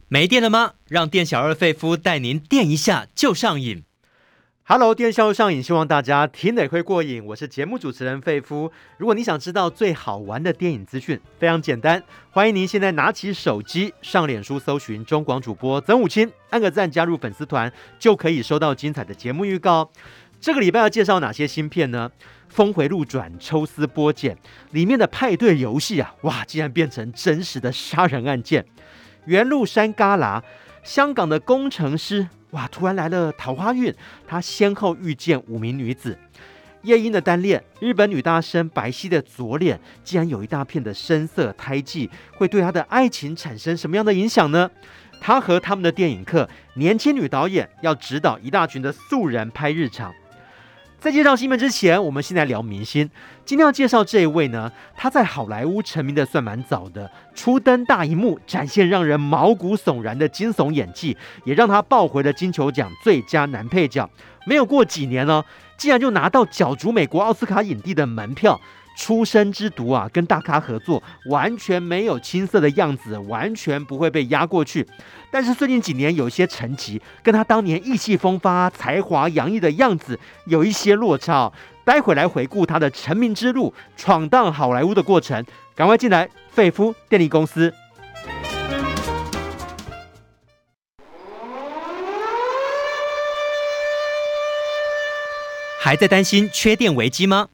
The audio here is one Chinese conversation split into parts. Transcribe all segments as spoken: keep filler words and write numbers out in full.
没电了吗？让店小二费夫带您电一下就上瘾。 Hello， 电销上瘾，希望大家听得会过瘾。我是节目主持人费夫。如果你想知道最好玩的电影资讯，非常简单，欢迎您现在拿起手机上脸书搜寻中广主播曾武清，按个赞加入粉丝团，就可以收到精彩的节目预告。这个礼拜要介绍哪些新片呢？峰回路转，抽丝剥茧，里面的派对游戏啊，哇，竟然变成真实的杀人案件。原路山旮旯，香港的工程师，哇，突然来了桃花运，他先后遇见五名女子。夜莺的单恋，日本女大生白皙的左脸，竟然有一大片的深色胎记，会对她的爱情产生什么样的影响呢？她和他们的电影课，年轻女导演要指导一大群的素人拍日常。在介绍新闻之前，我们先来聊明星。今天要介绍这一位呢，他在好莱坞成名的算蛮早的，初登大荧幕，展现让人毛骨悚然的惊悚演技，也让他抱回了金球奖最佳男配角。没有过几年呢，竟然就拿到角逐美国奥斯卡影帝的门票。出生之毒啊，跟大咖合作，完全没有青涩的样子，完全不会被压过去。但是最近几年有一些成绩，跟他当年意气风发、才华洋溢的样子有一些落差。待会来回顾他的成名之路、闯荡好莱坞的过程。赶快进来，费夫电力公司。 还在担心缺电危机吗？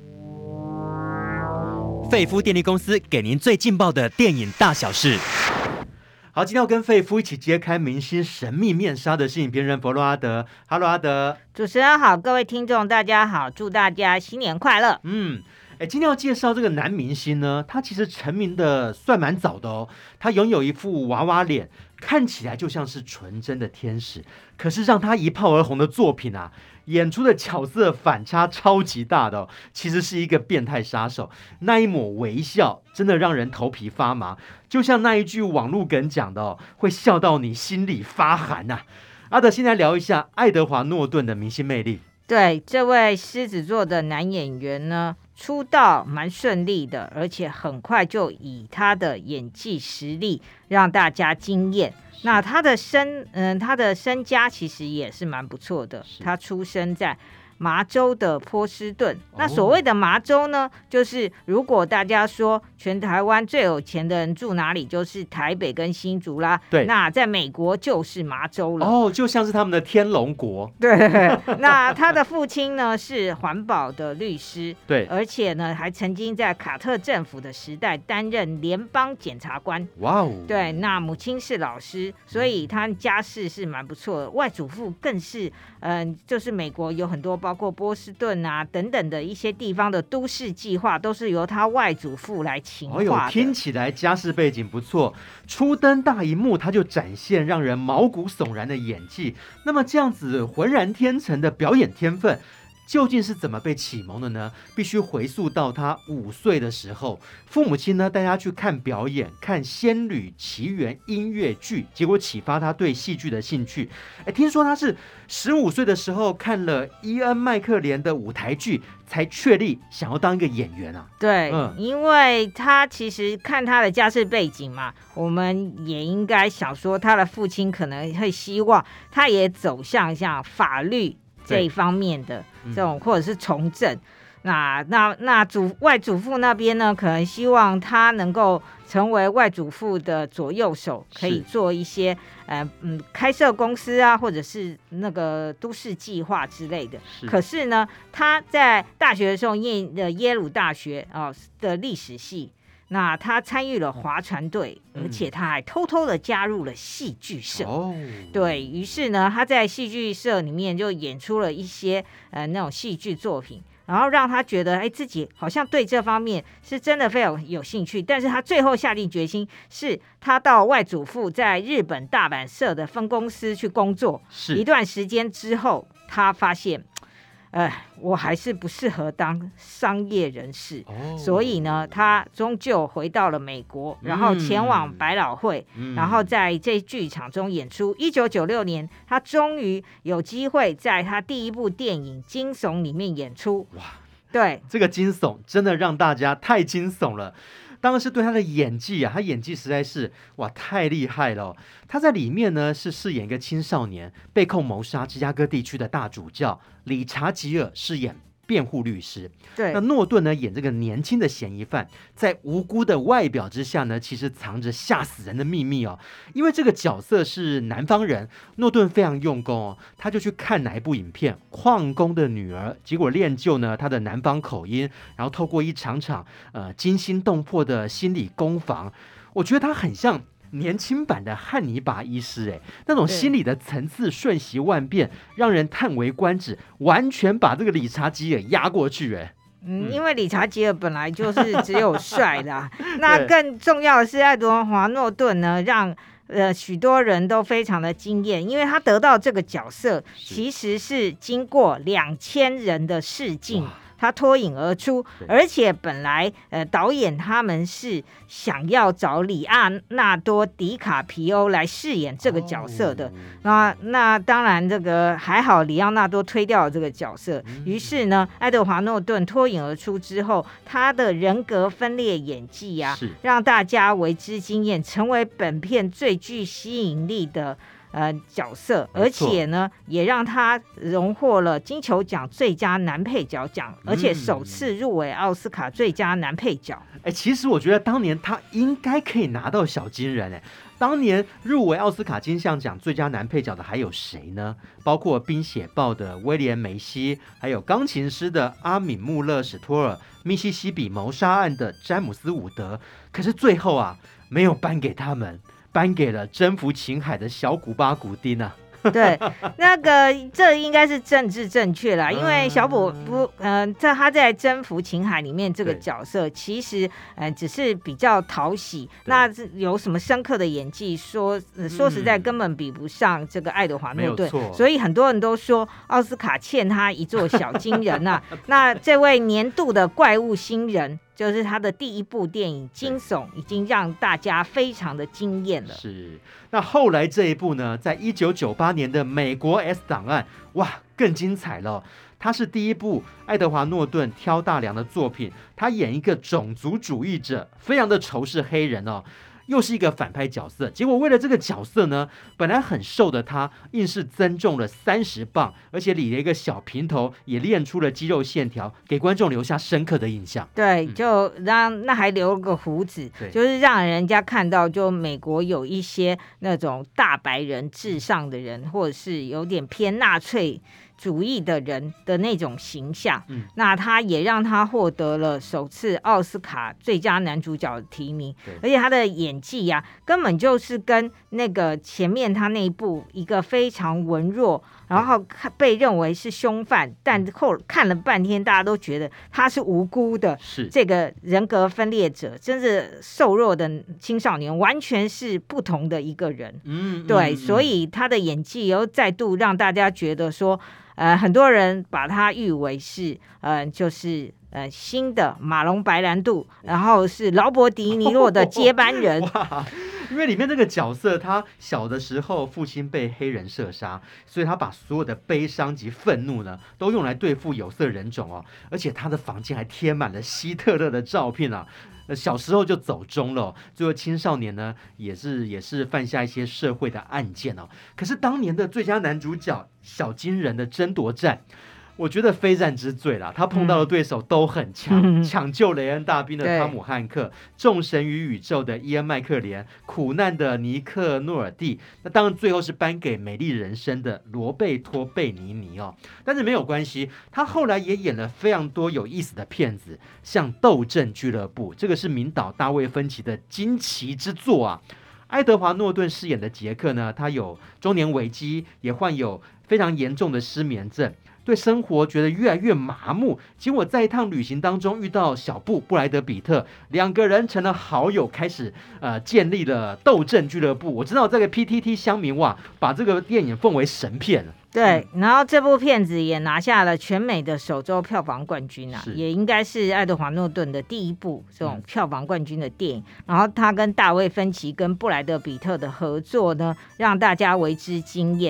费夫电力公司给您最劲爆的电影大小事。 好，今天要跟费夫一起揭开明星神秘面纱的是影评人弗洛阿德。Hello， 阿德。 主持人好，各位听众大家好，祝大家新年快乐。 嗯，哎，今天要介绍这个男明星呢，他其实成名的算蛮早的哦。他拥有一副娃娃脸，看起来就像是纯真的天使，可是让他一炮而红的作品啊，演出的角色反差超级大的哦，其实是一个变态杀手。那一抹微笑真的让人头皮发麻，就像那一句网络梗讲的哦，会笑到你心里发寒呐、啊。阿德，先来聊一下爱德华诺顿的明星魅力。 对，这位狮子座的男演员呢，出道蛮顺利的，而且很快就以他的演技实力让大家惊艳。那他的身，嗯，他的身家其实也是蛮不错的。他出生在麻州的波士顿。那所谓的麻州呢，就是如果大家说全台湾最有钱的人住哪里，就是台北跟新竹啦。 对， 那在美国就是麻州了。 哦，就像是他们的天龙国。 对，那他的父亲呢是环保的律师， 对， 而且呢还曾经在卡特政府的时代担任联邦检察官。 哇哦， 对，那母亲是老师，所以他家世是蛮不错的。外祖父更是，嗯、呃，就是美国有很多包括波士顿啊等等的一些地方的都市计划，都是由他外祖父来企划的。 哎呦，听起来家世背景不错，初登大荧幕他就展现让人毛骨悚然的演技。那么这样子浑然天成的表演天分，究竟是怎么被启蒙的呢？必须回溯到他五岁的时候，父母亲呢带他去看表演，看《仙女奇缘》音乐剧，结果启发他对戏剧的兴趣。哎，听说他是十五岁的时候看了伊恩·麦克连的舞台剧，才确立想要当一个演员啊。 对、 嗯， 因为他其实看他的家世背景嘛，我们也应该想说，他的父亲可能会希望他也走向像法律这一方面的这种，或者是从政。那那那祖外祖父那边呢，可能希望他能够成为外祖父的左右手，可以做一些呃嗯开设公司啊，或者是那个都市计划之类的。可是呢，他在大学的时候念的耶鲁大学啊、哦、的历史系。那他参与了划船队，而且他还偷偷的加入了戏剧社。哦，对，于是呢，他在戏剧社里面就演出了一些呃那种戏剧作品，然后让他觉得，哎，自己好像对这方面是真的非常有兴趣。但是他最后下定决心，是他到外祖父在日本大阪社的分公司去工作。是一段时间之后，他发现。哎，我还是不适合当商业人士、哦、所以呢他终究回到了美国，然后前往百老汇、嗯、然后在这剧场中演出。一九九六年他终于有机会在他第一部电影惊悚里面演出。哇，对， 这个惊悚真的让大家太惊悚了。 当然是对他的演技啊，他演技实在是哇太厉害了、哦。他在里面呢是饰演一个青少年被控谋杀芝加哥地区的大主教，理查吉尔饰演辩护律师。 对， 那诺顿呢演这个年轻的嫌疑犯，在无辜的外表之下呢，其实藏着吓死人的秘密哦。因为这个角色是南方人，诺顿非常用功哦，他就去看哪一部影片《矿工的女儿》，结果练就呢他的南方口音，然后透过一场场呃惊心动魄的心理攻防，我觉得他很像年轻版的汉尼拔医师，哎，那种心理的层次瞬息万变，让人叹为观止，完全把这个理查吉尔压过去，哎。 嗯，因为理查吉尔本来就是只有帅啦，那更重要的是爱德华诺顿呢，让呃许多人都非常的惊艳，因为他得到这个角色其实是经过两千人的试镜。他脱颖而出，而且本来呃导演他们是想要找里奥纳多·迪卡皮欧来饰演这个角色的，哦、那那当然这个还好，里奥纳多推掉了这个角色，嗯、于是呢，爱德华诺顿脱颖而出之后，他的人格分裂演技啊，让大家为之惊艳，成为本片最具吸引力的。呃，角色，而且呢，也让他荣获了金球奖最佳男配角奖，而且首次入围奥斯卡最佳男配角。 哎、嗯，其实我觉得当年他应该可以拿到小金人哎。当年入围奥斯卡金像奖最佳男配角的还有谁呢？包括《冰血豹》的威廉梅西，还有钢琴师的阿敏穆勒史托尔，密西西比谋杀案的詹姆斯伍德。可是最后啊，没有颁给他们。颁给了征服情海的小古巴古丁啊。 对，那个这应该是政治正确啦，因为小古不，呃，在他在征服情海里面这个角色，其实呃只是比较讨喜，那有什么深刻的演技，说、呃、说实在根本比不上这个爱德华诺顿，所以很多人都说奥斯卡欠他一座小金人啊。那这位年度的怪物新人。就是他的第一部电影惊悚已经让大家非常的惊艳了。 是，那后来这一部呢，在一九九八年的美国 S 档案，哇，更精彩了。他是第一部爱德华诺顿挑大梁的作品，他演一个种族主义者，非常的仇视黑人哦。又是一个反派角色，结果为了这个角色呢，本来很瘦的他，硬是增重了三十磅，而且理了一个小平头，也练出了肌肉线条，给观众留下深刻的印象。 对，就让那还留了个胡子，就是让人家看到，就美国有一些那种大白人至上的人，或者是有点偏纳粹主义的人的那种形象、嗯、那他也让他获得了首次奥斯卡最佳男主角的提名，而且他的演技啊根本就是跟那个前面他那一部一个非常文弱，然后被认为是凶犯，但后看了半天大家都觉得他是无辜的，是这个人格分裂者，真是瘦弱的青少年，完全是不同的一个人。嗯，对，嗯、所以他的演技又再度让大家觉得说呃，很多人把他誉为是，呃，就是呃新的马龙白兰度，然后是劳勃迪尼洛的接班人。 哇，因为里面那个角色，他小的时候父亲被黑人射杀，所以他把所有的悲伤及愤怒呢，都用来对付有色人种哦。而且他的房间还贴满了希特勒的照片啊。小时候就走中了、哦，最后青少年呢也是也是犯下一些社会的案件哦。可是当年的最佳男主角小金人的争夺战，我觉得非战之罪啦。他碰到的对手都很强，抢、嗯、救雷恩大兵的汤姆汉克，众神与宇宙的伊恩麦克连，苦难的尼克诺尔蒂。那当然最后是颁给美丽人生的罗贝托贝尼尼哦。但是没有关系，他后来也演了非常多有意思的片子，像《斗阵俱乐部》，这个是名导大卫芬奇的惊奇之作啊。爱德华诺顿饰演的杰克呢，他有中年危机，也患有非常严重的失眠症，对生活觉得越来越麻木。结果在一趟旅行当中遇到小布布莱德比特，两个人成了好友，开始呃建立了斗阵俱乐部。我知道这个 P T T 乡民哇，把这个电影奉为神片了。 对，然后这部片子也拿下了全美的首周票房冠军啊，也应该是爱德华诺顿的第一部这种票房冠军的电影。嗯、然后他跟大卫芬奇跟布莱德比特的合作呢，让大家为之惊艳啊。嗯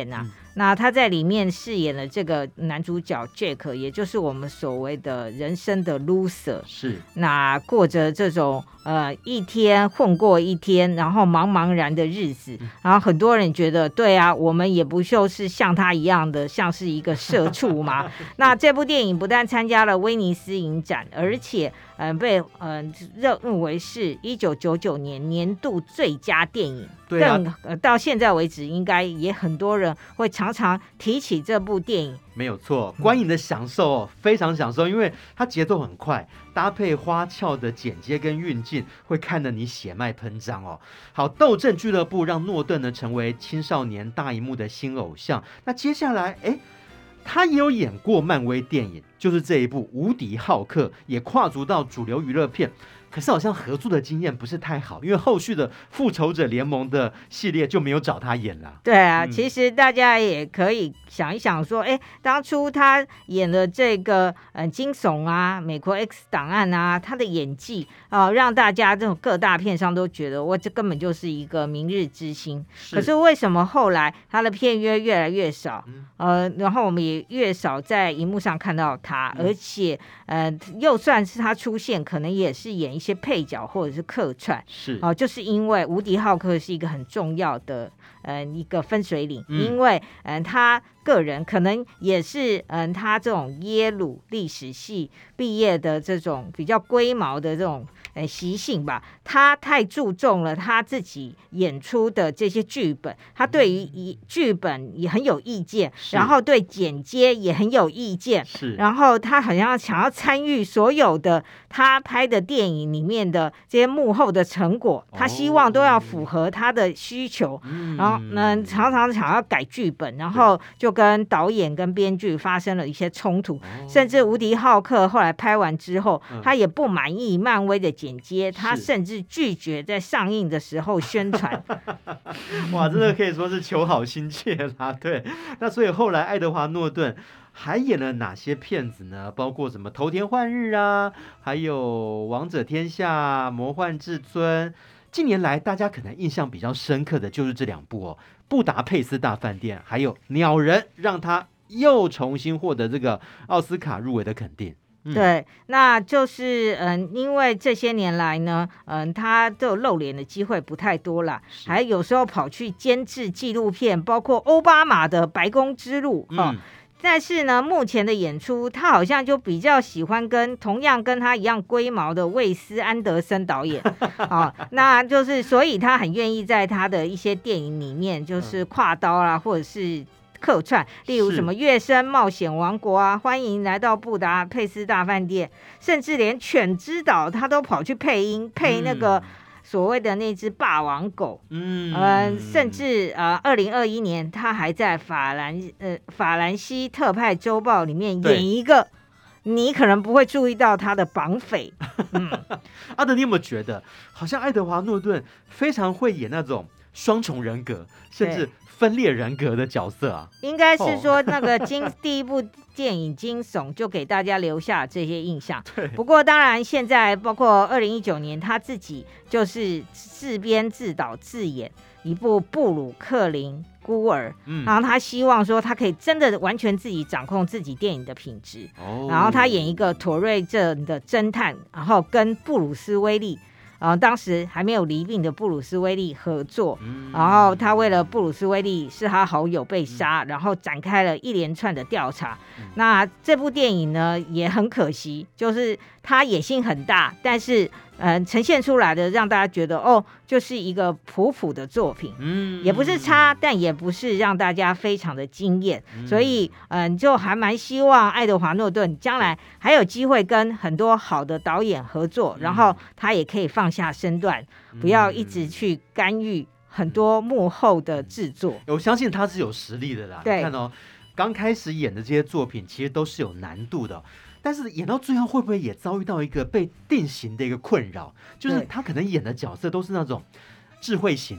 那他在里面饰演了这个男主角 Jack， 也就是我们所谓的人生的 loser， 是那过着这种呃一天混过一天，然后茫茫然的日子，然后很多人觉得，对啊，我们也不就是像他一样的，像是一个社畜嘛。那这部电影不但参加了威尼斯影展，而且嗯、呃、被嗯、呃、认为是一九九九年年度最佳电影。 对啊， 更呃到现在为止，应该也很多人会常常提起这部电影。 没有错，观影的享受、哦、非常享受，因为它节奏很快，搭配花俏的剪接跟运镜，会看得你血脉喷张哦。好，斗阵俱乐部让诺顿呢成为青少年大荧幕的新偶像。那接下来，哎，他也有演过漫威电影，就是这一部《无敌浩克》，也跨足到主流娱乐片。可是好像合作的经验不是太好，因为后续的复仇者联盟的系列就没有找他演了。 对啊、嗯、其实大家也可以想一想说，哎，当初他演的这个呃惊悚啊、美国 X 档案啊，他的演技啊、呃，让大家这种各大片商都觉得，哇，这根本就是一个明日之星。是可是为什么后来他的片约越来越少？嗯、呃，然后我们也越少在荧幕上看到他，嗯、而且呃，又算是他出现，可能也是演一些配角或者是客串， 是哦、呃，就是因为无敌浩克是一个很重要的呃一个分水岭， 嗯、 因为嗯、呃、他个人可能也是嗯、呃、他这种耶鲁历史系毕业的这种比较龟毛的这种呃习性吧，他太注重了他自己演出的这些剧本，他对于剧本也很有意见，然后对剪接也很有意见， 是，然后他好像想要参与所有的他拍的电影里面的这些幕后的成果，他希望都要符合他的需求，哦、然后呢常常想要改剧本，然后就跟导演跟编剧发生了一些冲突，甚至无敌浩克后来拍完之后，嗯、他也不满意漫威的剪接，他甚至拒绝在上映的时候宣传。 哇，真的可以说是求好心切啦。对，那所以后来爱德华诺顿还演了哪些片子呢？包括什么《头田换日》啊，还有《王者天下》《魔幻至尊》。近年来大家可能印象比较深刻的就是这两部哦，《布达佩斯大饭店》还有《鸟人》，让他又重新获得这个奥斯卡入围的肯定。 嗯、对，那就是嗯，因为这些年来呢，嗯，他的露脸的机会不太多了，还有时候跑去监制纪录片，包括奥巴马的白宫之路，哦。嗯但是呢，目前的演出，他好像就比较喜欢跟同样跟他一样龟毛的魏斯安德森导演，哦，那就是所以他很愿意在他的一些电影里面，就是跨刀啦，或者是客串，例如什么《月升冒险王国》啊，欢迎来到布达佩斯大饭店，甚至连《犬之岛》他都跑去配音，配那个。嗯所谓的那只霸王狗，嗯，呃，甚至呃，二零二一年他还在法兰呃法兰西特派周报里面演一个你可能不会注意到他的绑匪。嗯， 阿德，你有没有觉得好像爱德华诺顿非常会演那种双重人格，甚至分裂人格的角色啊？ 应该是说那个惊、哦、第一部电影惊悚就给大家留下这些印象。不过当然现在包括二零一九年他自己就是自编自导自演一部布鲁克林孤儿、嗯、然后他希望说他可以真的完全自己掌控自己电影的品质、哦、然后他演一个妥瑞症的侦探，然后跟布鲁斯威利呃，当时还没有离病的布鲁斯威利合作、嗯、然后他为了布鲁斯威利是他好友被杀、嗯、然后展开了一连串的调查、嗯、那这部电影呢也很可惜，就是他野心很大，但是呃，呈现出来的让大家觉得哦，就是一个普普的作品，嗯，也不是差，但也不是让大家非常的惊艳、嗯、所以嗯、呃，就还蛮希望爱德华诺顿将来还有机会跟很多好的导演合作、嗯、然后他也可以放下身段、嗯、不要一直去干预很多幕后的制作、 嗯、我相信他是有实力的啦。 对， 你看哦，刚开始演的这些作品其实都是有难度的，但是演到最后会不会也遭遇到一个被定型的一个困扰，就是他可能演的角色都是那种智慧型的、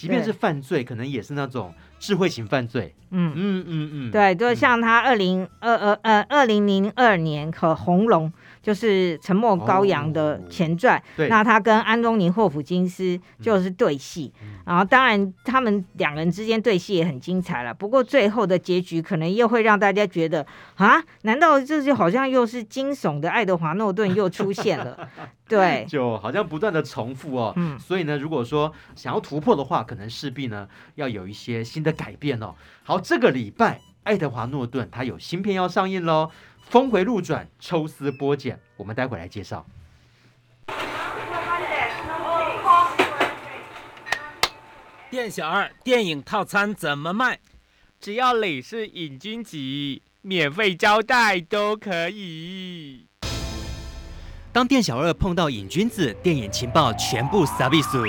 即便是犯罪，可能也是那种智慧型犯罪。 嗯嗯嗯嗯， 对，就像他二零二二呃二零零二年和红龙，就是沉默羔羊的前传， 哦、对， 那他跟安东尼霍普金斯就是对戏、嗯，然后当然他们两人之间对戏也很精彩了。不过最后的结局可能又会让大家觉得啊，难道这就好像又是惊悚的爱德华诺顿又出现了？对， 就好像不断的重复哦。嗯，所以呢，如果说想要突破的话，可能势必呢要有一些新的改变哦。好，这个礼拜爱德华诺顿他有新片要上映喽，峰回路转，抽丝剥茧，我们待会来介绍。 店小二，电影套餐怎么卖？ 只要你是瘾君子，免费招待都可以。 当店小二碰到瘾君子，电影情报全部撒比数。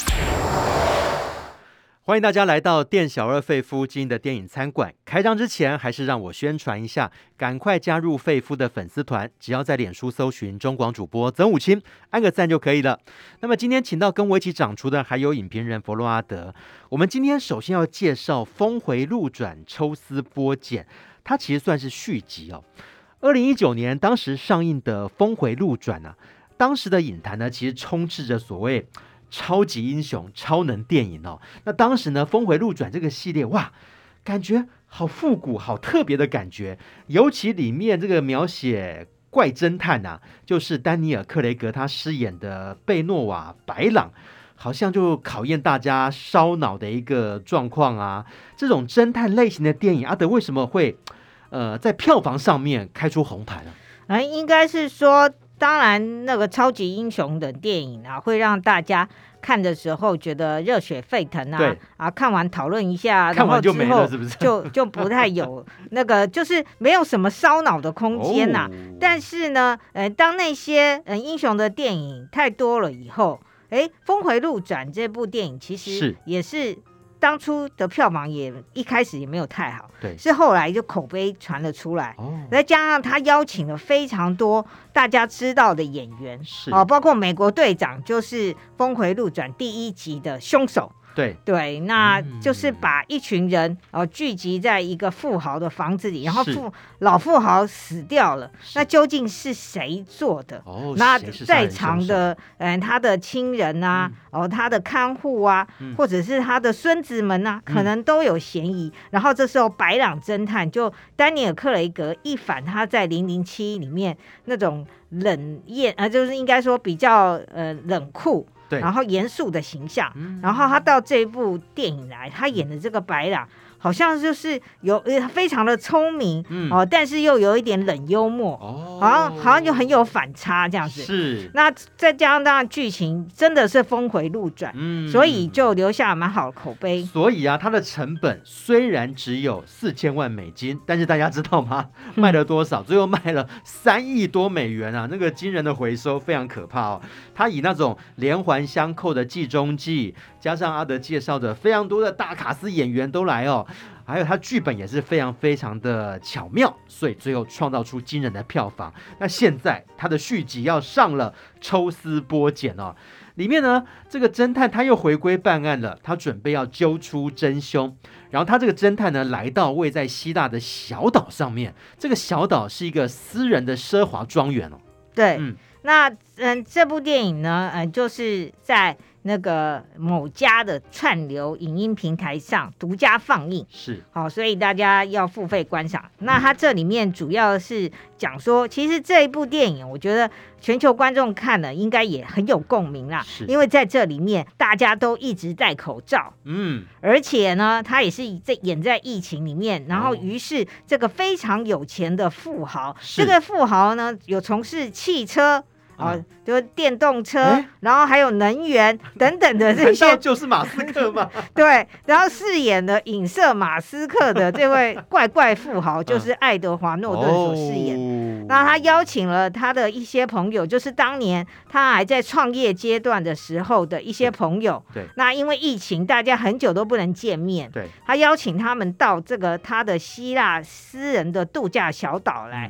欢迎大家来到店小二费夫经营的电影餐馆。开张之前，还是让我宣传一下，赶快加入费夫的粉丝团，只要在脸书搜寻中广主播曾武清，按个赞就可以了。那么今天请到跟我一起长出的还有影评人弗洛阿德。我们今天首先要介绍《峰回路转，抽丝剥茧》，它其实算是续集哦。二零一九年当时上映的《峰回路转》啊，当时的影坛呢，其实充斥着所谓超级英雄、超能电影哦。那当时呢，《峰回路转》这个系列，哇，感觉好复古、好特别的感觉。尤其里面这个描写怪侦探啊，就是丹尼尔·克雷格他饰演的贝诺瓦·白朗，好像就考验大家烧脑的一个状况啊。这种侦探类型的电影，阿德为什么会呃在票房上面开出红牌呢？ 啊，应该是说。当然，那个超级英雄的电影啊，会让大家看的时候觉得热血沸腾啊，啊，看完讨论一下， 看完就没了，是不是？ 就就不太有那个，就是没有什么烧脑的空间呐、啊哦。但是呢，呃，当那些呃英雄的电影太多了以后，哎，《峰回路转》这部电影其实也是。当初的票房也一开始也没有太好， 对， 是后来就口碑传了出来，哦，再加上他邀请了非常多大家知道的演员， 是哦，包括美国队长就是《峰回路转》第一集的凶手。 对对，那就是把一群人哦聚集在一个富豪的房子里，然后富老富豪死掉了，那究竟是谁做的？ 哦， 那在场的嗯、呃、他的亲人啊，嗯、哦他的看护啊、嗯，或者是他的孙子们啊，可能都有嫌疑。嗯、然后这时候白朗侦探就丹尼尔·克雷格一反他在零零七里面那种冷艳啊、呃，就是应该说比较呃冷酷。然后严肃的形象、嗯，然后他到这部电影来，他演的这个白朗好像就是有非常的聪明、嗯、哦，但是又有一点冷幽默，哦，好像好像就很有反差这样子。 是， 那再加上当然剧情真的是峰回路转，嗯，所以就留下蛮好的口碑。 所以啊，它的成本虽然只有四千万美金，但是大家知道吗？卖了多少？最后卖了三亿多美元啊！那个惊人的回收非常可怕哦。它以那种连环相扣的计中计，加上阿德介绍的非常多的大卡司演员都来哦。还有他剧本也是非常非常的巧妙，所以最后创造出惊人的票房。那现在他的续集要上了，抽丝剥茧哦。里面呢，这个侦探他又回归办案了，他准备要揪出真凶。然后他这个侦探呢，来到位在希腊的小岛上面，这个小岛是一个私人的奢华庄园哦。 对，嗯，那嗯，这部电影呢，嗯，就是在那个某家的串流影音平台上独家放映， 是好，所以大家要付费观赏。那它这里面主要是讲说，其实这一部电影，我觉得全球观众看了应该也很有共鸣啦，因为在这里面大家都一直戴口罩，嗯，而且呢，他也是在演在疫情里面，然后于是这个非常有钱的富豪，这个富豪呢有从事汽车。哦，就是电动车、欸，然后还有能源等等的这些， 难道就是马斯克吗？ 对，然后饰演了影射马斯克的这位怪怪富豪，就是爱德华诺顿所饰演。哦、那他邀请了他的一些朋友，就是当年他还在创业阶段的时候的一些朋友。 对， 那因为疫情，大家很久都不能见面。 对， 他邀请他们到这个他的希腊私人的度假小岛来。嗯，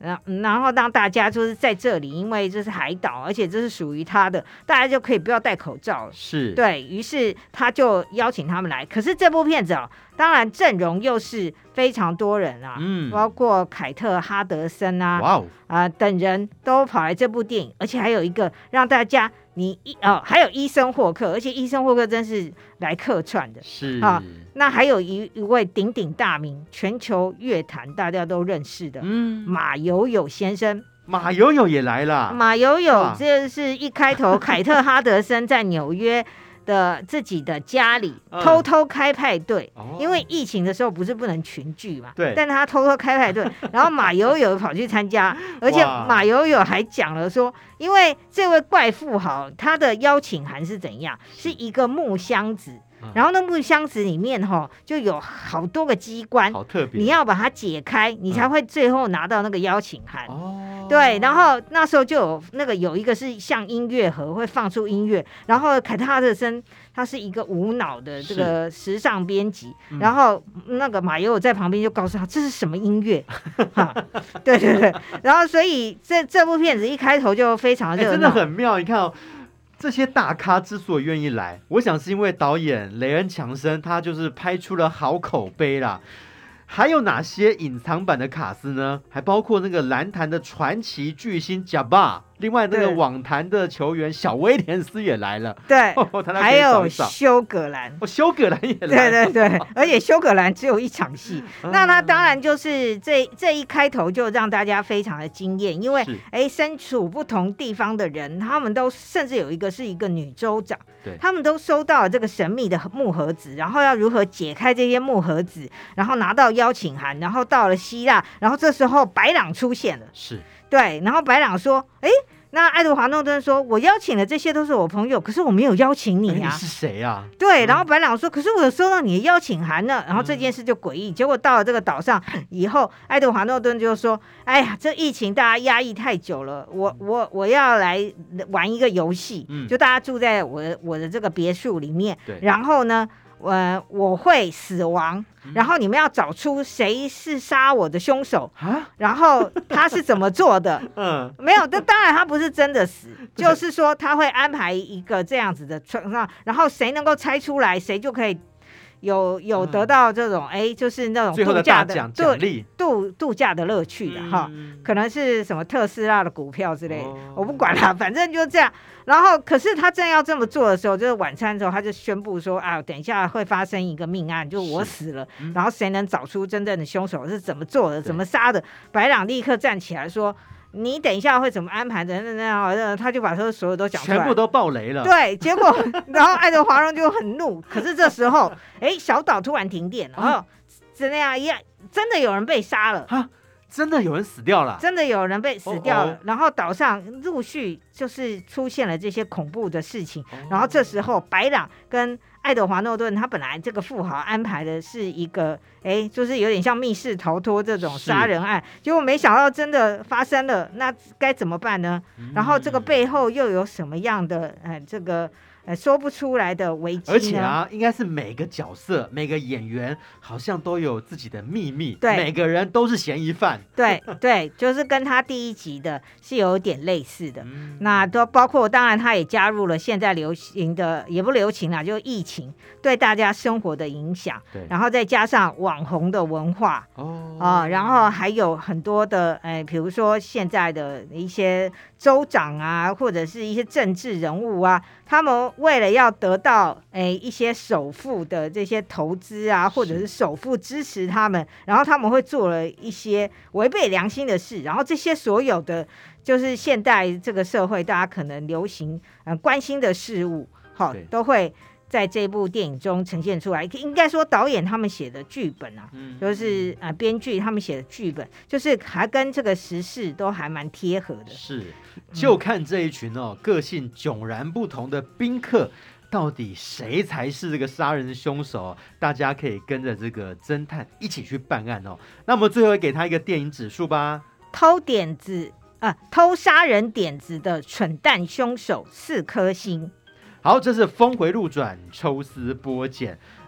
然然后让大家就是在这里，因为这是海岛，而且这是属于他的，大家就可以不要戴口罩了。 是， 对，于是他就邀请他们来。可是这部片子哦，当然阵容又是非常多人啊， 嗯， 包括凯特·哈德森啊， 哇哦， 啊、等人都跑来这部电影，而且还有一个让大家你一哦，还有伊森霍克，而且伊森霍克真是来客串的。 是啊，那还有一一位鼎鼎大名，全球乐坛大家都认识的， 嗯， 马友友先生。 马友友也来了， 马友友哇， 这是一开头，凯特·哈德森在纽约的自己的家里嗯偷偷开派对， 哦因为疫情的时候不是不能群聚嘛， 对但他偷偷开派对，然后马友友跑去参加，而且哇马友友还讲了说，因为这位怪富豪他的邀请函是怎样，是一个木箱子。然后那木箱子里面哈、哦、就有好多个机关， 好特别， 你要把它解开，你才会最后拿到那个邀请函。 哦， 对，然后那时候就有那个有一个是像音乐盒会放出音乐，然后凯特·哈德森他是一个无脑的这个时尚编辑， 嗯然后那个马友友在旁边就告诉他这是什么音乐，哈，对对对，然后所以这这部片子一开头就非常热闹， 欸、真的很妙。你看哦，这些大咖之所以愿意来，我想是因为导演雷恩·强森他就是拍出了好口碑啦。还有哪些隐藏版的卡司呢？还包括那个篮坛的传奇巨星贾巴，另外那个网坛的球员小威廉斯也来了， 对， 哦、 还有休葛兰， 哦，休葛兰也来了，对对对，而且休葛兰只有一场戏，那他当然就是这这一开头就让大家非常的惊艳，因为哎，身处不同地方的人，他们都甚至有一个是一个女州长，他们都收到了这个神秘的木盒子，然后要如何解开这些木盒子，然后拿到邀请函，然后到了希腊，然后这时候白朗出现了， 是对，然后白朗说，哎。那爱德华诺顿说：“我邀请的这些都是我朋友，可是我没有邀请你啊！” 欸、你是谁啊？ 对，然后白朗说：“可是我有收到你的邀请函呢。”然后这件事就诡异。结果到了这个岛上以后，爱德华诺顿就说：“哎呀，这疫情大家压抑太久了，我我我要来玩一个游戏， 嗯、 就大家住在我的我的这个别墅里面， 对， 然后呢。”呃，我会死亡，然后你们要找出谁是杀我的凶手，然后他是怎么做的。嗯，没有，这当然他不是真的死，就是说他会安排一个这样子的状况，然后谁能够猜出来，谁就可以有有得到这种哎、嗯，就是那种度假的奖励度度假的乐趣的、嗯、哈，可能是什么特斯拉的股票之类的，哦、我不管了，反正就这样。然后，可是他正要这么做的时候，就是晚餐的时候，他就宣布说：“啊，等一下会发生一个命案，就我死了，嗯、然后谁能找出真正的凶手是怎么做的，怎么杀的？”白朗立刻站起来说：“你等一下会怎么安排的？”那那那，他就把他所有都讲出来， 全部都爆雷了。 对，结果，然后爱德华荣就很怒。可是这时候，哎，小岛突然停电了，然后真的呀，呀，真的有人被杀了哈。真的有人死掉了， 真的有人被死掉了。 哦哦然后岛上陆续就是出现了这些恐怖的事情。哦、然后这时候，白朗跟爱德华诺顿他本来这个富豪安排的是一个，哎，就是有点像密室逃脱这种杀人案，结果没想到真的发生了，那该怎么办呢？嗯、然后这个背后又有什么样的，呃，这个。呃，说不出来的危机呢。 而且啊，应该是每个角色、每个演员好像都有自己的秘密， 对， 每个人都是嫌疑犯。 对对，就是跟他第一集的是有点类似的。嗯、那都包括，当然他也加入了现在流行的，也不流行啦，就疫情对大家生活的影响。 对， 然后再加上网红的文化哦啊、呃，然后还有很多的，哎，比如说现在的一些州长啊，或者是一些政治人物啊，他们。为了要得到诶一些首富的这些投资啊，或者是首富支持他们，然后他们会做了一些违背良心的事，然后这些所有的就是现代这个社会大家可能流行呃关心的事物，好，都会在这部电影中呈现出来。应该说导演他们写的剧本啊，嗯、就是呃编剧他们写的剧本，就是还跟这个时事都还蛮贴合的。 是，就看这一群哦、嗯、个性迥然不同的宾客，到底谁才是这个杀人凶手？大家可以跟着这个侦探一起去办案哦。那我们最后给他一个电影指数吧。 偷点子啊，偷杀人点子的蠢蛋凶手四颗星。 好，这是峰回路转，抽丝剥茧。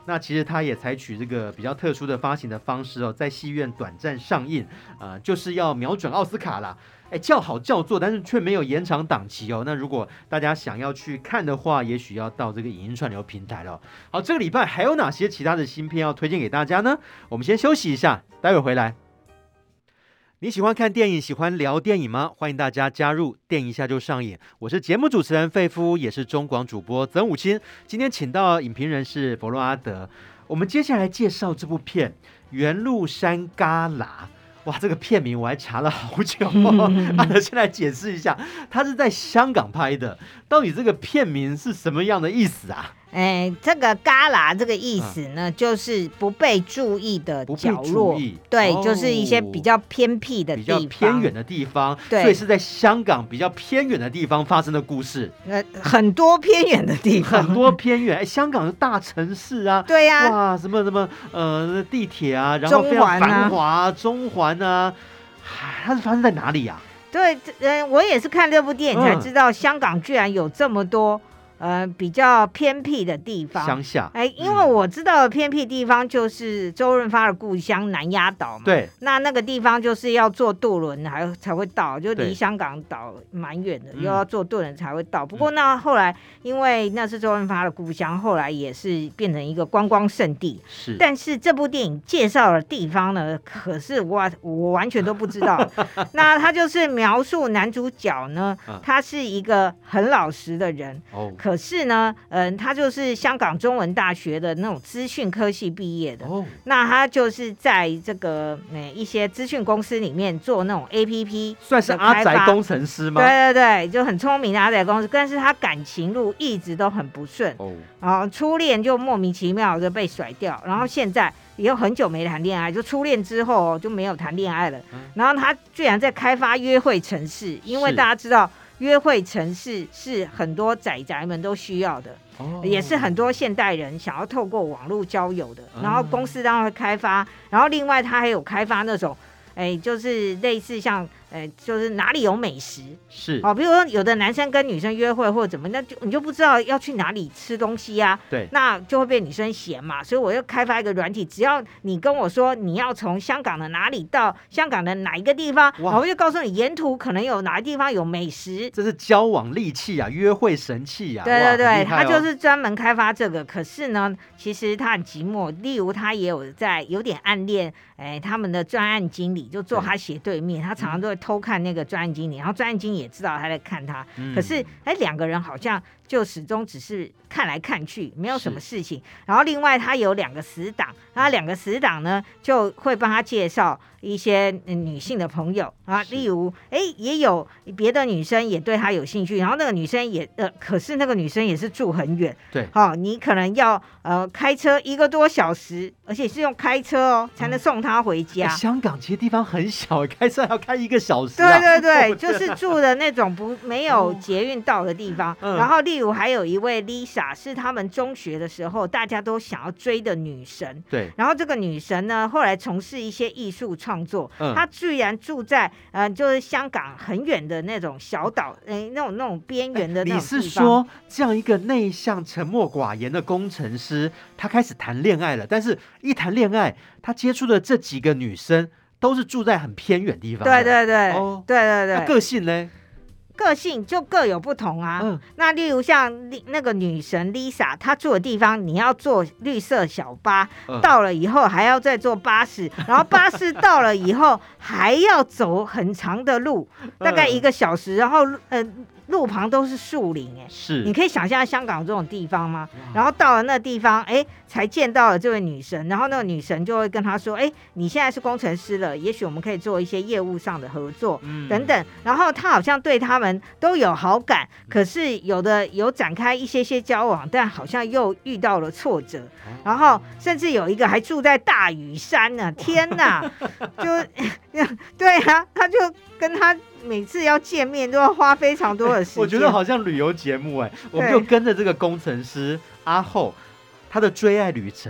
那其实它也采取这个比较特殊的发行的方式哦，在戏院短暂上映，呃，就是要瞄准奥斯卡啦。哎，叫好叫座，但是却没有延长档期哦。那如果大家想要去看的话，也许要到这个影音串流平台了。好，这个礼拜还有哪些其他的新片要推荐给大家呢？我们先休息一下，待会回来。你喜欢看电影，喜欢聊电影吗？欢迎大家加入电影一下就上瘾。我是节目主持人费夫，也是中广主播曾武清。今天请到影评人是佛洛阿德。我们接下来介绍这部片《原路山旮旯》。哇，这个片名我还查了好久哦。阿德先来解释一下，他是在香港拍的，到底这个片名是什么样的意思啊？ 哎，这个旮旯这个意思呢，嗯、就是不被注意的角落，对、哦，就是一些比较偏僻的地方， 比较偏远的地方，对，所以是在香港比较偏远的地方发生的故事。 呃，很多偏远的地方， 很多偏远，哎，香港的大城市啊， 对呀、 啊，哇，什么什么呃地铁啊，然后非常繁华、啊，中环啊，它是发生在哪里啊？ 对，嗯，我也是看这部电影才知道，香港居然有这么多。呃，比较偏僻的地方， 乡下， 哎，因为我知道的偏僻地方就是周润发的故乡南丫岛嘛， 对， 那那个地方就是要坐渡轮还才会到，就离香港岛蛮远的，又要坐渡轮才会到。不过那后来因为那是周润发的故乡，后来也是变成一个观光胜地。 是， 但是这部电影介绍的地方呢，可是我我完全都不知道。那他就是描述男主角呢，他是一个很老实的人。哦。可是呢，嗯、呃，他就是香港中文大学的那种资讯科系毕业的。哦，那他就是在这个、呃、一些资讯公司里面做那种 A P P， 算是阿宅工程师吗？ 对对对，就很聪明的阿宅公司。但是他感情路一直都很不顺。哦，然后初恋就莫名其妙的被甩掉，然后现在也有很久没谈恋爱，就初恋之后就没有谈恋爱了。嗯、然后他居然在开发约会程式，因为大家知道。约会程式是很多宅宅们都需要的、哦、也是很多现代人想要透过网络交友的、嗯、然后公司当然会开发，然后另外他还有开发那种哎，就是类似像呃，就是哪里有美食是哦，比如说有的男生跟女生约会或者怎么，那就你就不知道要去哪里吃东西啊， 对， 那就会被女生嫌嘛，所以我又开发一个软体，只要你跟我说你要从香港的哪里到香港的哪一个地方，然后我就告诉你沿途可能有哪个地方有美食， 这是交往利器啊，约会神器啊， 对对对， 哦、 他就是专门开发这个，可是呢，其实他很寂寞，例如他也有在有点暗恋。哎，他们的专案经理就坐他斜对面，他常常都会偷看那个专案经理，然后专案经理也知道他在看他，嗯、可是哎，两个人好像就始终只是看来看去，没有什么事情。然后另外他有两个死党，他两个死党呢就会帮他介绍一些、呃、女性的朋友啊，例如哎也有别的女生也对他有兴趣，然后那个女生也呃，可是那个女生也是住很远， 对， 好、哦，你可能要呃开车一个多小时，而且是用开车哦才能送他回家。 欸、香港其实地方很小，开车还要开一个小时、啊。 对对对，就是住的那种不没有捷运到的地方。嗯、然后例如还有一位 Lisa 是他们中学的时候大家都想要追的女神。 对。 然后这个女神呢，后来从事一些艺术创作，嗯、她居然住在呃就是香港很远的那种小岛，哎那种那种边缘的那种地方。 你是说这样一个内向、沉默寡言的工程师，他开始谈恋爱了，但是一谈恋爱，他接触的这几个女生都是住在很偏远地方的。 对对对，哦、对对对。 那个性呢？ 个性就各有不同啊。嗯、那例如像那个女神 Lisa， 她住的地方，你要坐绿色小巴，嗯、到了以后还要再坐巴士，然后巴士到了以后还要走很长的路，大概一个小时，然后呃。路旁都是树林，哎， 是， 你可以想象香港这种地方吗？然后到了那地方，哎，才见到了这位女神，然后那个女神就会跟他说，哎，你现在是工程师了，也许我们可以做一些业务上的合作，嗯、等等。然后他好像对他们都有好感，可是有的有展开一些些交往，但好像又遇到了挫折，然后甚至有一个还住在大屿山呢、啊，天哪，就对啊，他就跟他。每次要见面都要花非常多的时间， 我觉得好像旅游节目哎，我们就跟着这个工程师阿后他的追爱旅程，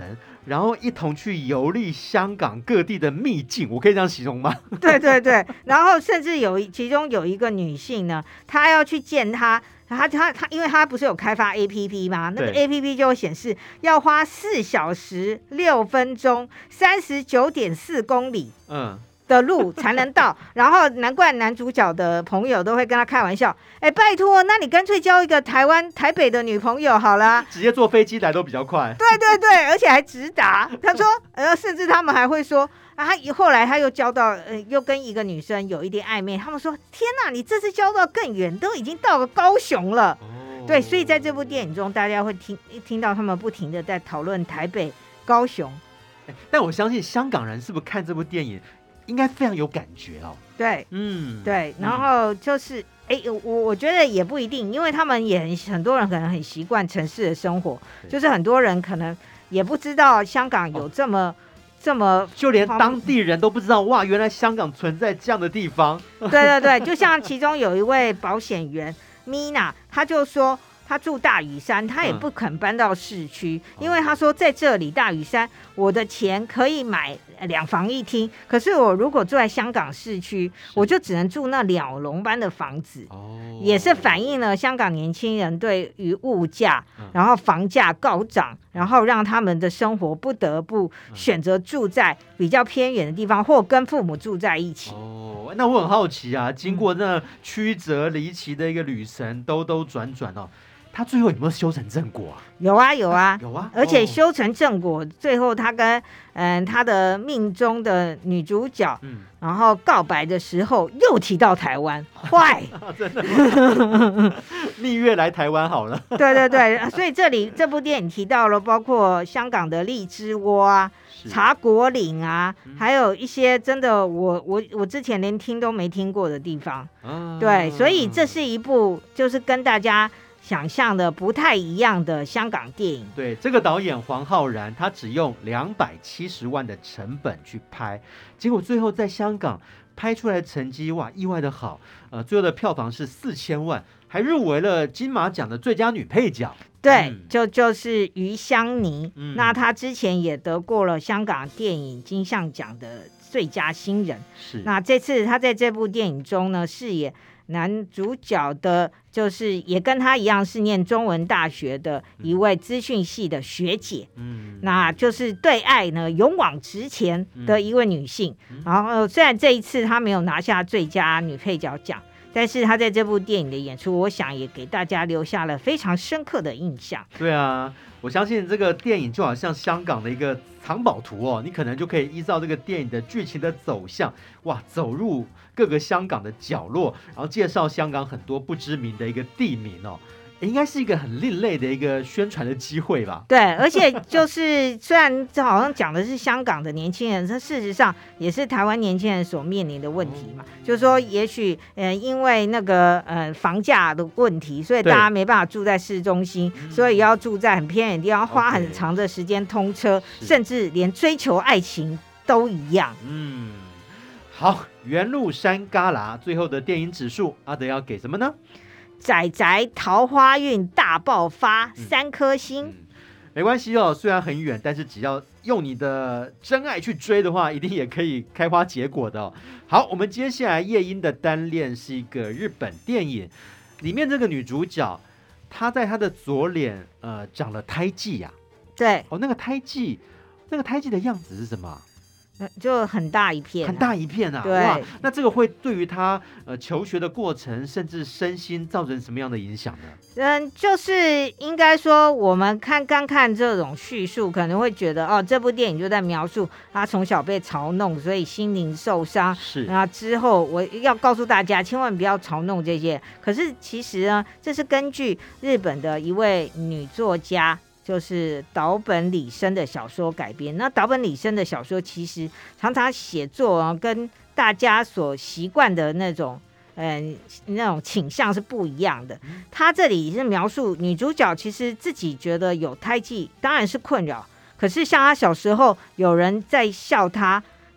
然后一同去游历香港各地的秘境，我可以这样形容吗？ 对对对，然后甚至有其中有一个女性呢，她要去见他。他他他，因为他不是有开发 A P P 吗？那个 A P P 就显示要花四小时六分钟，三十九点四公里。嗯。的路才能到，然后难怪男主角的朋友都会跟他开玩笑，哎，拜托，那你干脆交一个台湾台北的女朋友好了， 直接坐飞机来都比较快。 对对对，而且还直达。他说，呃，甚至他们还会说，啊，他后来他又交到，呃，又跟一个女生有一点暧昧。他们说，天哪，你这次交到更远，都已经到了高雄了。哦、对，所以在这部电影中，大家会听听到他们不停的在讨论台北、高雄。 但我相信香港人是不是看这部电影？应该非常有感觉哦。 对，嗯，对，然后就是，哎、嗯，我我觉得也不一定，因为他们也很很多人可能很习惯城市的生活，就是很多人可能也不知道香港有这么、哦、这么， 就连当地人都不知道，哇，原来香港存在这样的地方。 对对对，就像其中有一位保险员 Mina， 他就说。他住大屿山，他也不肯搬到市区、嗯，因为他说在这里大屿山，我的钱可以买两房一厅，可是我如果住在香港市区，我就只能住那鸟笼般的房子。哦，也是反映了香港年轻人对于物价，然后房价高涨，然后让他们的生活不得不选择住在比较偏远的地方，或跟父母住在一起。 哦，那我很好奇啊，经过那曲折离奇的一个旅程，兜兜转转哦。他最后有没有修成正果啊？ 有啊有啊有啊， 而且修成正果，哦、最后他跟嗯他的命中的女主角，嗯，然后告白的时候又提到台湾，坏， 真的蜜月来台湾好了。 对对对，所以这里这部电影提到了包括香港的荔枝窝啊、茶果岭啊、嗯，还有一些真的我我我之前连听都没听过的地方。啊、对，所以这是一部就是跟大家想象的不太一样的香港电影。 对，这个导演黄浩然，他只用两百七十万的成本去拍，结果最后在香港拍出来的成绩，哇，意外的好。呃，最后的票房是四千万，还入围了金马奖的最佳女配角。 对，嗯、就就是余香妮、嗯，那她之前也得过了香港电影金像奖的最佳新人。是，那这次她在这部电影中呢，饰演男主角的，就是也跟他一样是念中文大学的一位资讯系的学姐，嗯，那就是对爱呢勇往直前的一位女性。嗯、然后虽然这一次她没有拿下最佳女配角奖，但是她在这部电影的演出，我想也给大家留下了非常深刻的印象。 对啊，我相信这个电影就好像香港的一个藏宝图哦，你可能就可以依照这个电影的剧情的走向，哇，走入各个香港的角落，然后介绍香港很多不知名的一个地名哦，应该是一个很另类的一个宣传的机会吧。 对，而且就是虽然这好像讲的是香港的年轻人，这事实上也是台湾年轻人所面临的问题嘛。哦、就是说，也许呃因为那个呃房价的问题，所以大家没办法住在市中心，所以要住在很偏远的地方，花很长的时间通车， okay. 甚至连追求爱情都一样。 嗯，好，原路山旮旯最后的电影指数，阿德要给什么呢？ 仔仔桃花运大爆发，嗯、三颗星、嗯。 没关系哦，虽然很远，但是只要用你的真爱去追的话，一定也可以开花结果的哦。好，我们接下来夜莺的单恋是一个日本电影，里面这个女主角，她在她的左脸呃长了胎记呀、啊。 对， 哦，那个胎记，那个胎记的样子是什么？ 就很大一片、啊， 很大一片啊！ 对， 哇，那这个会对于他呃求学的过程，甚至身心造成什么样的影响呢？ 嗯，就是应该说，我们看刚看这种叙述，可能会觉得哦，这部电影就在描述他从小被嘲弄，所以心灵受伤。是，那之后我要告诉大家，千万不要嘲弄这些。可是其实呢，这是根据日本的一位女作家。就是岛本理生的小说改编。那岛本理生的小说其实常常写作啊，跟大家所习惯的那种，嗯、呃，那种倾向是不一样的。他这里是描述女主角其实自己觉得有胎记，当然是困扰。可是像她小时候有人在笑她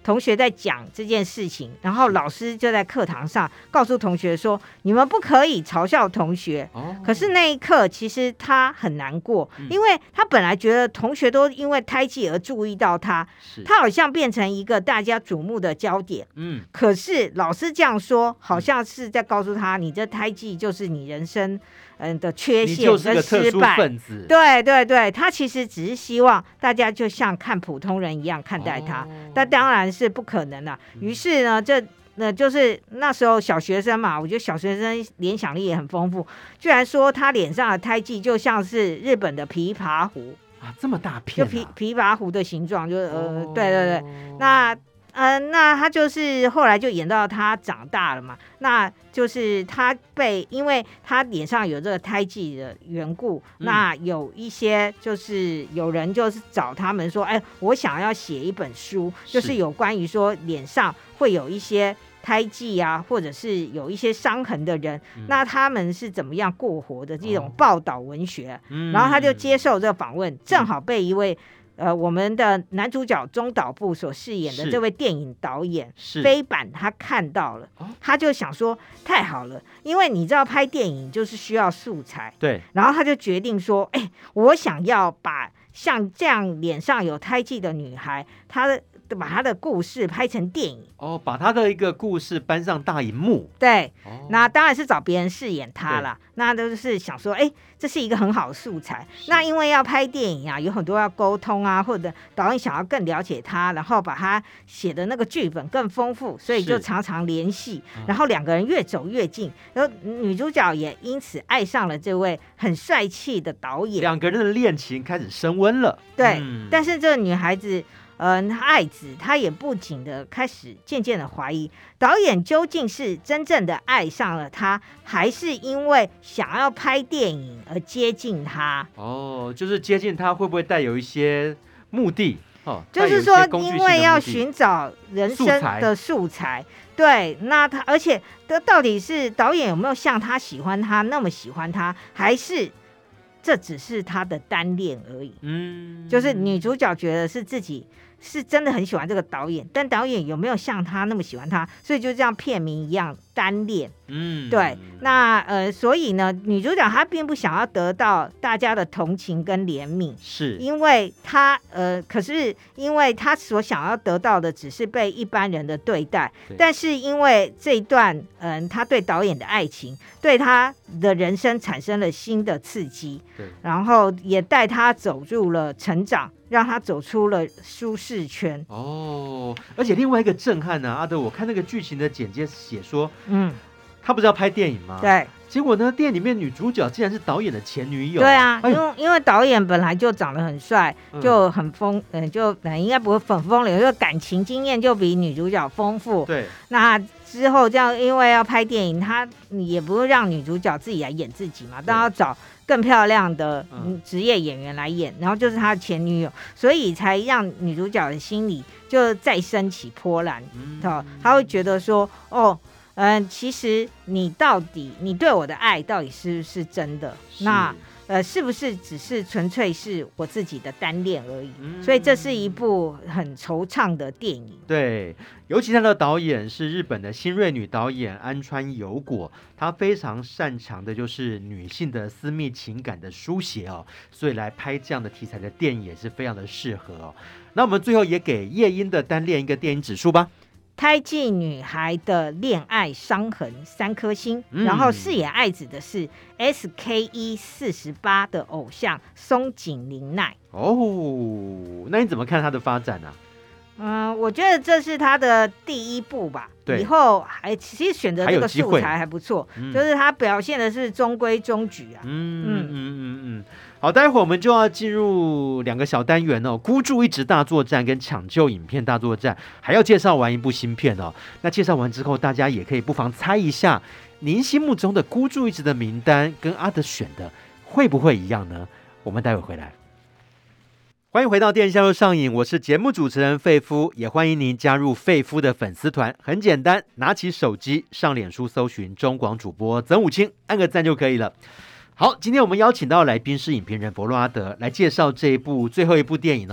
同学在讲这件事情，然后老师就在课堂上告诉同学说，你们不可以嘲笑同学。哦、可是那一刻其实他很难过、嗯、因为他本来觉得同学都因为胎记而注意到他，他好像变成一个大家瞩目的焦点。嗯，可是老师这样说好像是在告诉他，你这胎记就是你人生嗯的缺陷跟失败，你就是个特殊分子。对对对，他其实只是希望大家就像看普通人一样看待他，哦、但当然是不可能了。于是呢，这那就是那时候小学生嘛，我觉得小学生联想力也很丰富，居然说他脸上的胎记就像是日本的琵琶湖啊，这么大片、啊， 就琵琵琶湖的形状，就呃，哦、对对对，那。呃，那他就是后来就演到他长大了嘛，那就是他被，因为他脸上有这个胎记的缘故，嗯、那有一些就是有人就是找他们说，哎，我想要写一本书，就是有关于说脸上会有一些胎记啊，或者是有一些伤痕的人，嗯、那他们是怎么样过活的这种报道文学，哦、然后他就接受这个访问，嗯、正好被一位。呃，我们的男主角中岛部所饰演的这位电影导演飞板，他看到了，他就想说太好了，因为你知道拍电影就是需要素材， 对， 然后他就决定说，哎，我想要把像这样脸上有胎记的女孩，她的。把他的故事拍成电影哦，把他的一个故事搬上大荧幕。 对，哦、那当然是找别人饰演他啦。那都是想说，哎，这是一个很好的素材。那因为要拍电影啊，有很多要沟通啊，或者导演想要更了解他，然后把他写的那个剧本更丰富，所以就常常联系，然后两个人越走越近，然后女主角也因此爱上了这位很帅气的导演， 两个人的恋情开始升温了。 对，嗯、但是这个女孩子。嗯，爱子他也不仅的开始渐渐的怀疑导演究竟是真正的爱上了他，还是因为想要拍电影而接近他。 哦，就是接近他会不会带有一些目的？哦， 就是说因为要寻找人生的素材。对，那他而且这到底是导演有没有像他喜欢他那么喜欢他，还是这只是他的单恋而已？嗯，就是女主角觉得是自己是真的很喜欢这个导演，但导演有没有像他那么喜欢他，所以就像片名一样单恋。嗯，对，那呃，所以呢，女主角她并不想要得到大家的同情跟怜悯， 是因为她呃，可是因为她所想要得到的只是被一般人的对待，但是因为这一段嗯、呃，她对导演的爱情，对她的人生产生了新的刺激，对，然后也带她走入了成长，让她走出了舒适圈。 哦，而且另外一个震撼呢、啊，阿德，我看那个剧情的简介写说，嗯。他不是要拍电影吗？ 对， 结果呢，电影里面女主角竟然是导演的前女友。 对啊，哎、因为因为导演本来就长得很帅，嗯、就很风，嗯、呃，就嗯应该不会很风流，就感情经验就比女主角丰富。 对， 那之后这样，因为要拍电影，他也不会让女主角自己来演自己嘛，但要找更漂亮的职业演员来演，然后就是他的前女友，所以才让女主角的心里就再升起波澜。嗯，他会觉得说，哦。嗯，其实你到底你对我的爱到底是不是真的？那呃，是不是只是纯粹是我自己的单恋而已？嗯、所以这是一部很惆怅的电影。 对，尤其他的导演是日本的新锐女导演安川由果，她非常擅长的就是女性的私密情感的书写哦，所以来拍这样的题材的电影也是非常的适合哦。那我们最后也给夜莺的单恋一个电影指数吧。 胎记女孩的恋爱伤痕三颗星，嗯、然后饰演爱子的是 S K E 四十八的偶像松井玲奈。 哦，那你怎么看她的发展呢、啊？ 嗯，我觉得这是他的第一部吧。以后还其实选择这个素材还不错，嗯、就是他表现的是中规中矩啊。嗯嗯嗯嗯嗯。好，待会儿我们就要进入两个小单元哦，孤注一掷大作战跟抢救影片大作战，还要介绍完一部新片哦。那介绍完之后，大家也可以不妨猜一下，您心目中的孤注一掷的名单跟阿德选的会不会一样呢？我们待会回来。欢迎回到电影销售上瘾，我是节目主持人费夫，也欢迎您加入费夫的粉丝团。很简单，拿起手机上脸书搜寻中广主播曾武清，按个赞就可以了。好，今天我们邀请到来宾是影评人佛洛阿德来介绍这一部最后一部电影哦，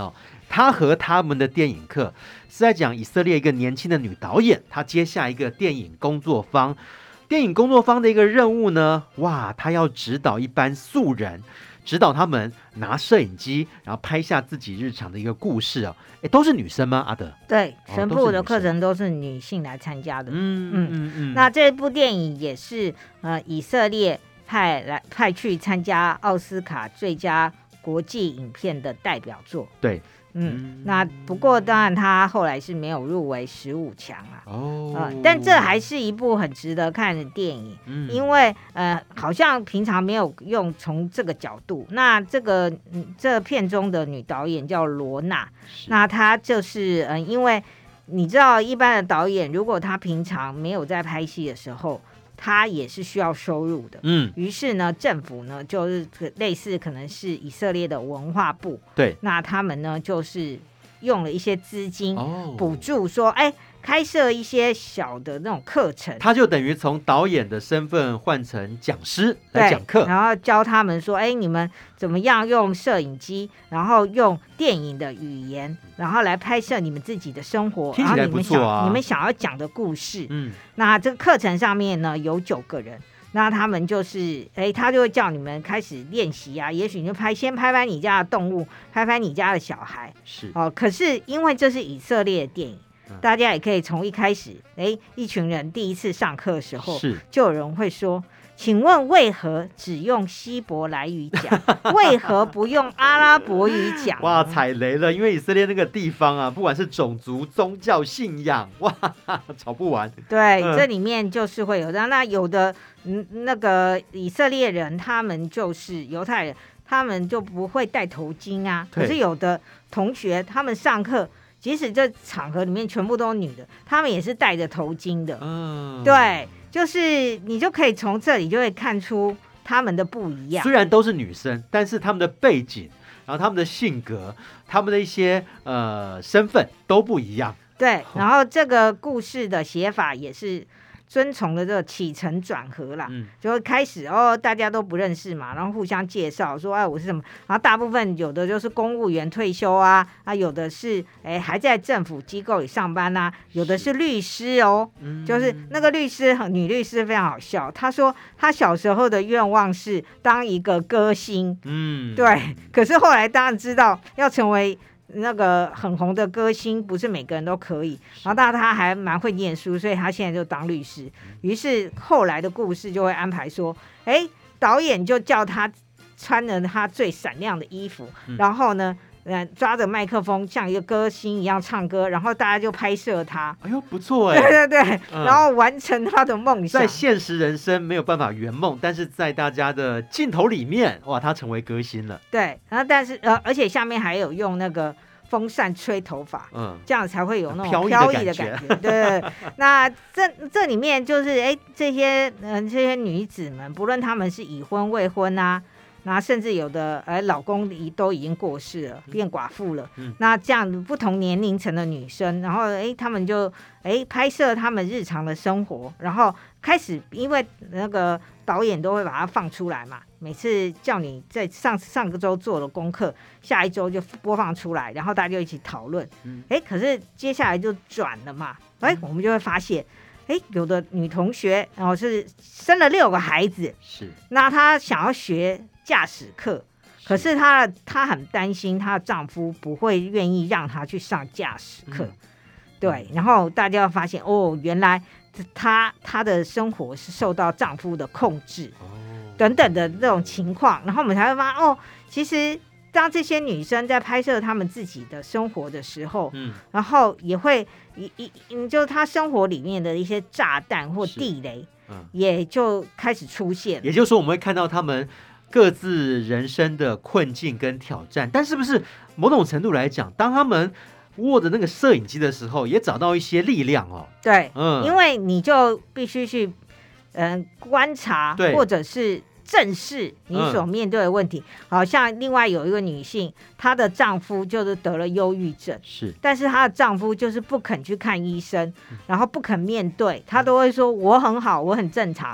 他和他们的电影课是在讲以色列一个年轻的女导演，她接下一个电影工作坊。电影工作坊的一个任务呢，哇，她要指导一班素人，指导他们拿摄影机，然后拍下自己日常的一个故事哦。哎，都是女生吗？阿德？ 对， 哦全部的课程都是女性来参加的。 嗯嗯嗯嗯。 那这部电影也是呃以色列派来派去参加奥斯卡最佳国际影片的代表作。 对。 嗯，那不过当然他后来是没有入围十五强啊。 哦、 呃，但这还是一部很值得看的电影，嗯、因为呃好像平常没有用从这个角度。那这个、嗯、这片中的女导演叫罗娜，那她就是嗯、呃，因为你知道一般的导演如果他平常没有在拍戏的时候，他也是需要收入的，嗯，于是呢，政府呢就是类似可能是以色列的文化部， 对， 那他们呢就是用了一些资金补助说，哎、哦，开设一些小的那种课程， 他就等于从导演的身份换成讲师来讲课， 然后教他们说，哎，你们怎么样用摄影机，然后用电影的语言，然后来拍摄你们自己的生活， 听起来不错啊， 然后你们想你们想要讲的故事。 嗯， 那这个课程上面呢有九个人。那他们就是，哎，他就会叫你们开始练习啊。也许你就拍，先拍拍你家的动物，拍拍你家的小孩， 是哦。可是因为这是以色列的电影，嗯、大家也可以从一开始，哎，一群人第一次上课的时候， 是就有人会说，请问为何只用希伯来语讲？为何不用阿拉伯语讲？ 哇，踩雷了！因为以色列那个地方啊，不管是种族、宗教、信仰，哇，吵不完。 对，嗯、这里面就是会有这样。那有的。嗯，那个以色列人，他们就是犹太人，他们就不会戴头巾啊。可是有的同学，他们上课，即使这场合里面全部都是女的，他们也是戴着头巾的。嗯，对，就是你就可以从这里就会看出他们的不一样。 虽然都是女生，但是他们的背景，然后他们的性格，他们的一些呃身份都不一样。 对，然后这个故事的写法也是。遵从的这个起承转合啦，嗯、就会开始哦，大家都不认识嘛，然后互相介绍说，哎，我是什么？然后大部分有的就是公务员退休啊，啊，有的是哎还在政府机构里上班啊，有的是律师哦，是就是那个律师女律师非常好笑，她说她小时候的愿望是当一个歌星，嗯，对，可是后来当然知道要成为。那个很红的歌星不是每个人都可以，然后但他还蛮会念书，所以他现在就当律师。于是后来的故事就会安排说，哎，导演就叫他穿了他最闪亮的衣服，嗯、然后呢，呃，抓着麦克风像一个歌星一样唱歌，然后大家就拍摄他。 哎呦，不错哎！ 对对对，嗯、然后完成他的梦想。 在现实人生没有办法圆梦，但是在大家的镜头里面，哇，他成为歌星了。 对，然后但是呃，而且下面还有用那个。风扇吹头发，嗯，这样才会有那种飘逸的感觉。对，那这这里面就是，哎，这些嗯、呃、这些女子们，不论她们是已婚未婚啊，那甚至有的哎老公都已经过世了，变寡妇了。嗯，那这样不同年龄层的女生，然后哎，她们就哎拍摄她们日常的生活，然后开始因为那个导演都会把它放出来嘛。每次叫你在上上个周做的功课，下一周就播放出来，然后大家就一起讨论。哎、嗯，可是接下来就转了嘛，哎，我们就会发现，哎，有的女同学然后是生了六个孩子， 是，那她想要学驾驶课，可是她她很担心她的丈夫不会愿意让她去上驾驶课，嗯、对，然后大家发现哦，原来她她的生活是受到丈夫的控制。哦等等的这种情况，然后我们才会发现哦，其实当这些女生在拍摄她们自己的生活的时候，嗯，然后也会一一就是她生活里面的一些炸弹或地雷，嗯，也就开始出现。 也就是说，我们会看到他们各自人生的困境跟挑战，但是不是某种程度来讲，当他们握着那个摄影机的时候，也找到一些力量哦。 对，嗯，因为你就必须去。嗯，观察或者是正视你所面对的问题。嗯、好像另外有一个女性，她的丈夫就是得了忧郁症， 是， 但是她的丈夫就是不肯去看医生，然后不肯面对，她都会说我很好，我很正常。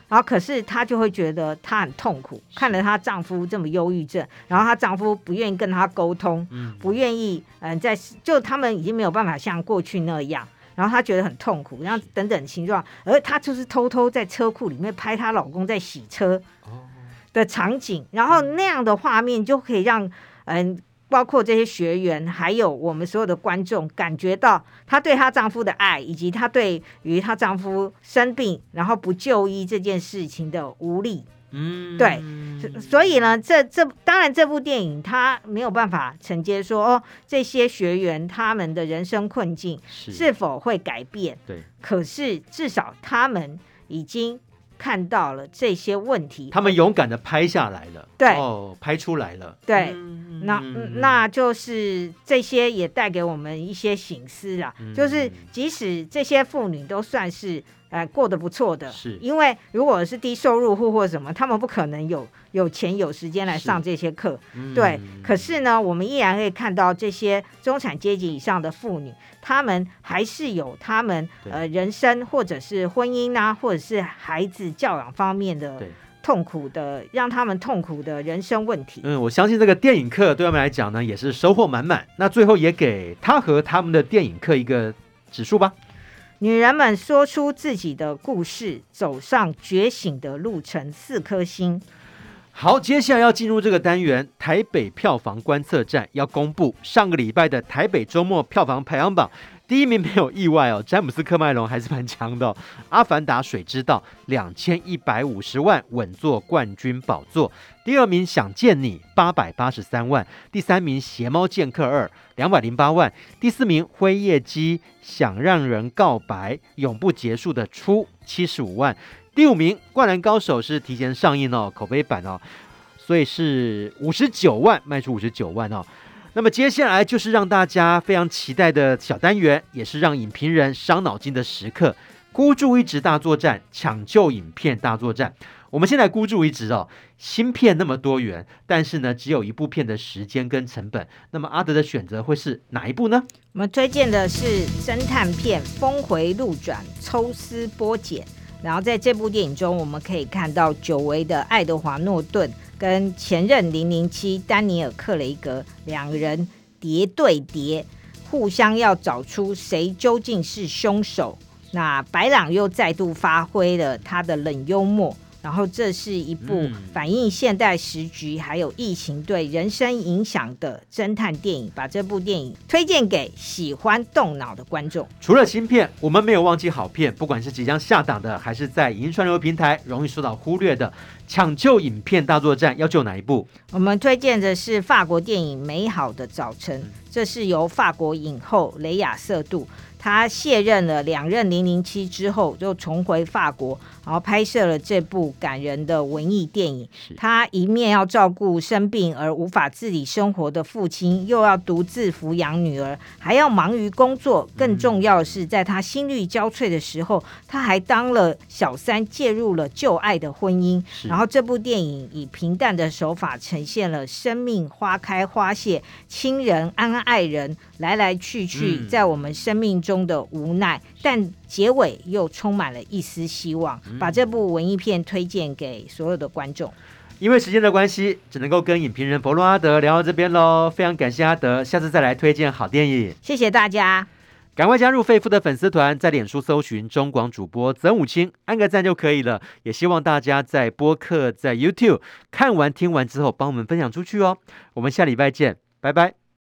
然后可是她就会觉得她很痛苦，看了她丈夫这么忧郁症，然后她丈夫不愿意跟她沟通， 嗯不愿意嗯、呃，在就他们已经没有办法像过去那样。然后她觉得很痛苦，然后等等情况，而她就是偷偷在车库里面拍她老公在洗车的场景，然后那样的画面就可以让嗯、呃，包括这些学员，还有我们所有的观众，感觉到她对她丈夫的爱，以及她对于她丈夫生病然后不就医这件事情的无力。 嗯， 对，所以呢，这这当然这部电影它没有办法承接说哦，这些学员他们的人生困境是是否会改变？ 对， 可是至少他们已经看到了这些问题， 他们勇敢的拍下来了， 对哦，拍出来了， 对。 嗯那嗯那就是这些也带给我们一些省思啦， 嗯就是即使这些妇女都算是呃过得不错的， 是因为如果是低收入户或什么，他们不可能有有钱有时间来上这些课， 嗯对。可是呢，我们依然可以看到这些中产阶级以上的妇女，她们还是有她们呃人生或者是婚姻啊，或者是孩子教养方面的对痛苦的，让他们痛苦的人生问题。 嗯，我相信这个电影课对他们来讲呢，也是收获满满。那最后也给他和他们的电影课一个指数吧。 女人们说出自己的故事，走上觉醒的路程，四颗星。 好，接下来要进入这个单元，台北票房观测站要公布上个礼拜的台北周末票房排行榜。第一名没有意外哦，詹姆斯科麦隆还是蛮强的、哦。阿凡达水之道两千一百五十万稳坐冠军宝座。第二名想见你八百八十三万，第三名邪猫剑客二两百零八万，第四名辉夜姬想让人告白永不结束的初七十五万。第五名灌篮高手是提前上映哦，口碑版哦，所以是五十九万，卖出五十九万哦。那么接下来就是让大家非常期待的小单元，也是让影评人伤脑筋的时刻——孤注一掷大作战，抢救影片大作战。我们先来孤注一掷哦，新片那么多元，但是呢，只有一部片的时间跟成本。那么阿德的选择会是哪一部呢？ 我们推荐的是侦探片《峰回路转，抽丝剥茧》。然后在这部电影中，我们可以看到久违的爱德华诺顿跟前任零零七丹尼尔克雷格两人叠对叠，互相要找出谁究竟是凶手。那白朗又再度发挥了他的冷幽默，然后这是一部反映现代时局还有疫情对人生影响的侦探电影，把这部电影推荐给喜欢动脑的观众。 除了新片，我们没有忘记好片，不管是即将下档的，还是在影音串流平台容易受到忽略的抢救影片大作战，要救哪一部？ 我们推荐的是法国电影《美好的早晨》，这是由法国影后雷亚瑟杜，他卸任了两任零零七之后，就重回法国，然后拍摄了这部感人的文艺电影。他一面要照顾生病而无法自理生活的父亲，又要独自抚养女儿，还要忙于工作。更重要的是，在他心力交瘁的时候，他还当了小三，介入了旧爱的婚姻。然后这部电影以平淡的手法呈现了生命花开花谢，亲人安爱人来来去去，在我们生命中的无奈，但结尾又充满了一丝希望。把这部文艺片推荐给所有的观众。 因为时间的关系，只能够跟影评人佛罗阿德聊到这边咯。非常感谢阿德，下次再来推荐好电影。 谢谢大家， 赶快加入肺夫的粉丝团，在脸书搜寻中广主播曾武清，按个赞就可以了。也希望大家在播客、在 YouTube 看完听完之后，帮我们分享出去哦。我们下礼拜见，拜拜。